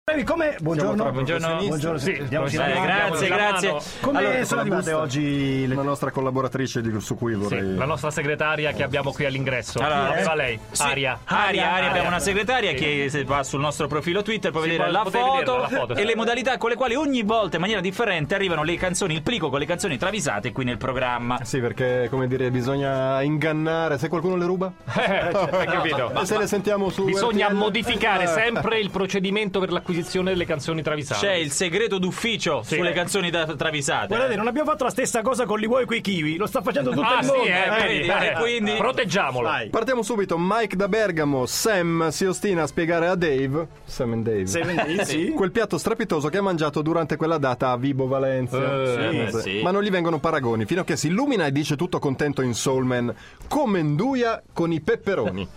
Come? Buongiorno. Buongiorno. Sì, grazie. Come sono arrivate oggi la nostra collaboratrice su cui vorrei... la nostra segretaria che abbiamo qui all'ingresso. Allora, lei? Sì. Aria. Abbiamo una segretaria che va sul nostro profilo Twitter, può vedere la foto e le modalità con le quali ogni volta in maniera differente arrivano le canzoni, il plico con le canzoni travisate qui nel programma. Sì, perché come dire, bisogna ingannare se qualcuno le ruba. Hai capito? Ma se le sentiamo su Bisogna RTL, modificare sempre il procedimento per l'acquisizione delle canzoni travisate. C'è il segreto d'ufficio sulle canzoni travisate. Guardate, non abbiamo fatto la stessa cosa con l'Iwoi coi kiwi, lo sta facendo tutto il mondo. Quindi proteggiamolo. Vai. Partiamo subito. Mike da Bergamo. Sam si ostina a spiegare a Dave, Sam and Dave, Sì. quel piatto strepitoso che ha mangiato durante quella data a Vibo Valencia. Sì. Ma non gli vengono paragoni, fino a che si illumina e dice tutto contento in Soul Man: come nduia con i pepperoni.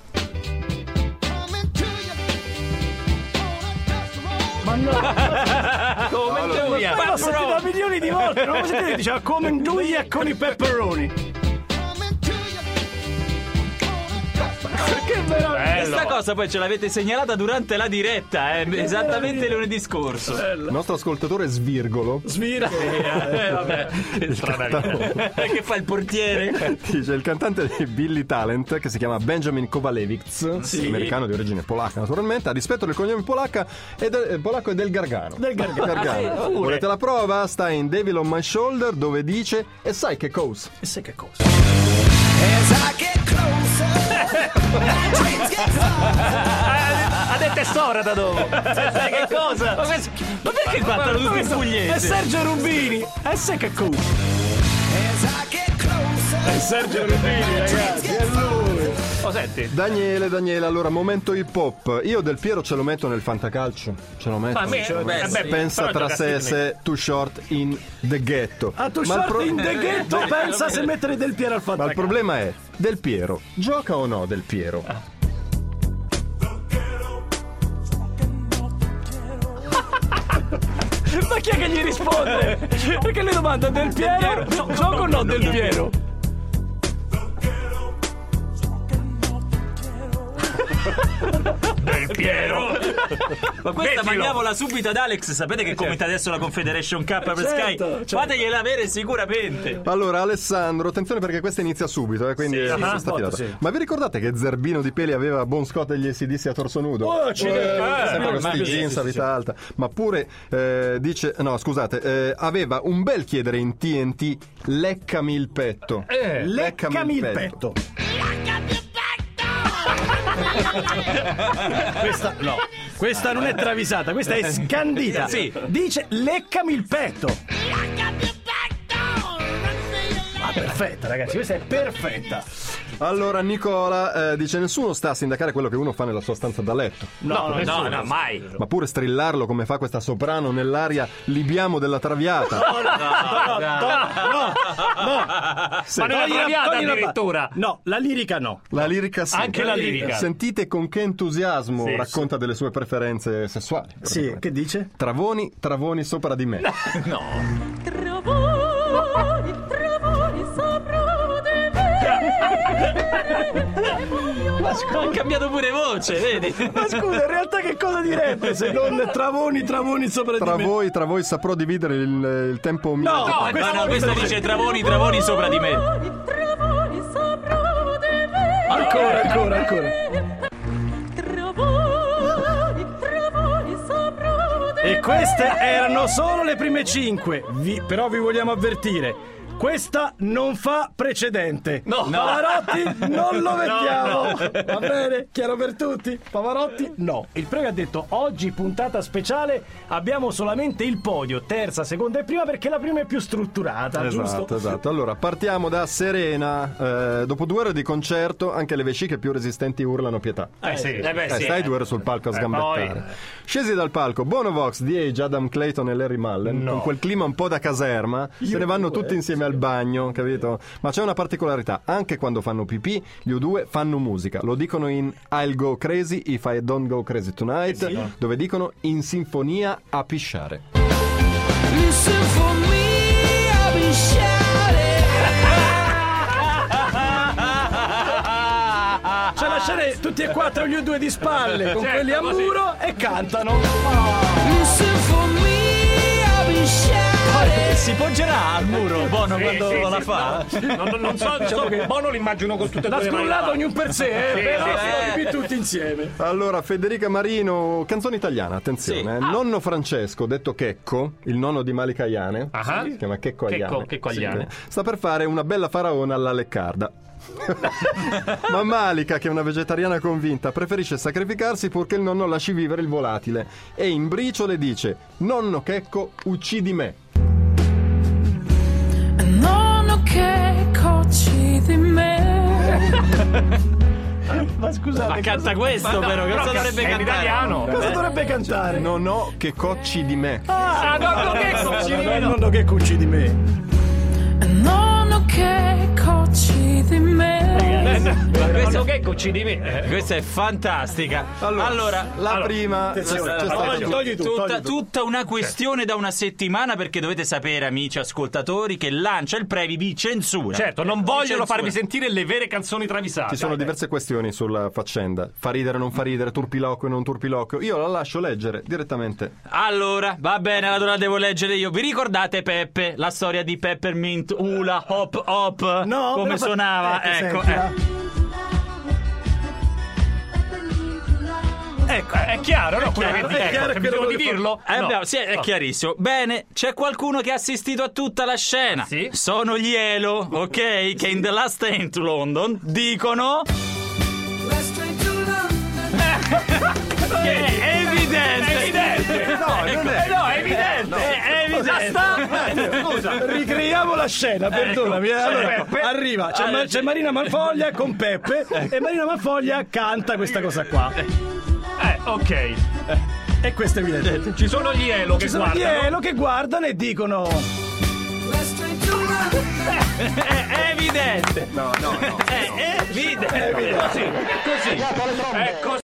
Ma no, Come nduia. l'ho sentita milioni di volte, non lo sentite? Diceva come nduia con i pepperoni. Che meraviglia! Questa cosa poi ce l'avete segnalata durante la diretta, esattamente lunedì scorso. Il nostro ascoltatore Svirgolo Vabbè, che strano. Che fa il portiere? dice: il cantante di Billy Talent, che si chiama Benjamin Kowalewicz, americano di origine polacca naturalmente, a dispetto del cognome polacco e del Gargano. Gargano. Volete la prova? Sta in Devil on My Shoulder, dove dice: e sai che cosa? E sai che cosa? Ha detto sora da dopo. Sai che cosa? Ma perché parlano tutti in È pugliese? Sergio Rubini. E sai che cosa? È Sergio Rubini, ragazzi, è lui. Oh, senti. Daniele, allora momento hip hop. Io Del Piero ce lo metto nel fantacalcio. Ce lo metto. Pensa tra sé Too Short in the Ghetto. A tu short in the ghetto pensa se mettere Del Piero al Ma il fantacalcio. problema è: Del Piero gioca o no Del Piero? Ma chi è che gli risponde? Perché le domanda Del Piero? Gioco o no Del Piero? Del Piero. Ma questa Mettilo. mandiamola subito ad Alex. Sapete che commenta adesso la Confederation Cup per Certo. Sky? Fategliela avere sicuramente. Allora Alessandro, attenzione perché questa inizia subito, quindi sta filata. sì. Ma vi ricordate che Zerbino di Peli aveva Bon Scott e gli AC/DC a torso nudo? Sempre con sti jeans a vita alta. Ma pure dice, no scusate, aveva un bel chiedere in TNT: leccami il petto. Leccami il petto. Questa non è travisata, questa è scandita. Sì. Dice leccami il petto. Ma perfetta, ragazzi, questa è perfetta. Allora Nicola dice: nessuno sta a sindacare quello che uno fa nella sua stanza da letto, No, mai. ma pure strillarlo come fa questa soprano nell'aria Libiamo della Traviata. Ma nella traviata addirittura. No, la lirica no. La lirica sì. Anche la lirica. Sentite con che entusiasmo Sì, racconta delle sue preferenze sessuali. Sì, che dice? Travoni sopra di me. Travoni sopra di me. Ha cambiato pure voce, vedi? Ma scusa, in realtà che cosa direbbe se non travoni sopra di me? Tra voi saprò dividere il tempo mio. No, Questa dice Travoni sopra di me. Travoni sopra di me. Ancora. Travoni sopra di me. E queste erano solo le prime 5. Però vi vogliamo avvertire: questa non fa precedente. Pavarotti non lo mettiamo. Va bene? Chiaro per tutti? Pavarotti no. Il Prego ha detto: oggi puntata speciale, abbiamo solamente il podio, terza, seconda e prima, perché la prima è più strutturata, giusto? Esatto. Allora partiamo da Serena. Dopo 2 ore di concerto anche le vesciche più resistenti urlano pietà. Stai 2 ore sul palco a sgambettare. Scesi dal palco Bono Vox, The-Age, Adam Clayton e Larry Mullen, con quel clima un po' da caserma. Se ne vanno tutti insieme al bagno, capito? Ma c'è una particolarità: anche quando fanno pipì gli U2 fanno musica. Lo dicono in I'll Go Crazy If I Don't Go Crazy Tonight, dove dicono in sinfonia a pisciare. In sinfonia a pisciare. Cioè lasciare tutti e quattro gli U2 di spalle con quelli a muro e cantano. appoggerà al muro Bono quando la fa? Non so, Bono l'immagino con tutte e due le mani. L'ha scullato ognuno per sé, però sono tutti insieme. Allora, Federica Marino, canzone italiana, attenzione. Nonno Francesco, detto Checco, il nonno di Malika Ayane, si chiama Checco Ayane. Checco Ayane. Sta per fare una bella faraona alla Leccarda. Ma Malika, che è una vegetariana convinta, preferisce sacrificarsi purché il nonno lasci vivere il volatile e in briciole dice: nonno Checco, uccidi me. Nonno Checco, uccidi me. Ma scusate, Ma canta questo però, cosa dovrebbe cantare? In italiano. cosa dovrebbe cantare? Non ho che cocci di me. Nonno Checco, uccidi me. Nonno Checco, uccidi me. Nonno Checco, uccidi me. Nonno Checco, uccidi me. Questa è fantastica. Allora, la prima c'è stata tutta una questione da una settimana, perché dovete sapere, amici ascoltatori, che lancia il Previ di censura. Certo, non vogliono farvi sentire le vere canzoni travisate. Ci sono diverse questioni sulla faccenda. Fa ridere, non fa ridere, turpiloquio, non turpiloquio. Io la lascio leggere direttamente. Allora, va bene, allora devo leggere io. Vi ricordate Peppe, la storia di Peppermint Hula Hop Hop? No, come suonava? Ecco, Ecco, è chiaro, no? Quello è chiaro che bisogna lo di dirlo? No. Sì, è chiarissimo. Bene, c'è qualcuno che ha assistito a tutta la scena. Sì. Sono gli Elo, ok? Che in The Last Train to London dicono... È evidente! È evidente! No, è evidente! È evidente! Scusa, ricreiamo la scena, perdonami. Allora, arriva, c'è Marina Manfoglia con Peppe e Marina Manfoglia canta questa cosa qua. ok. E questo è evidente. Ci sono gli Elo che Ci sono gli guardano. Elo che guardano e dicono: È evidente! No. È evidente! È così. È così.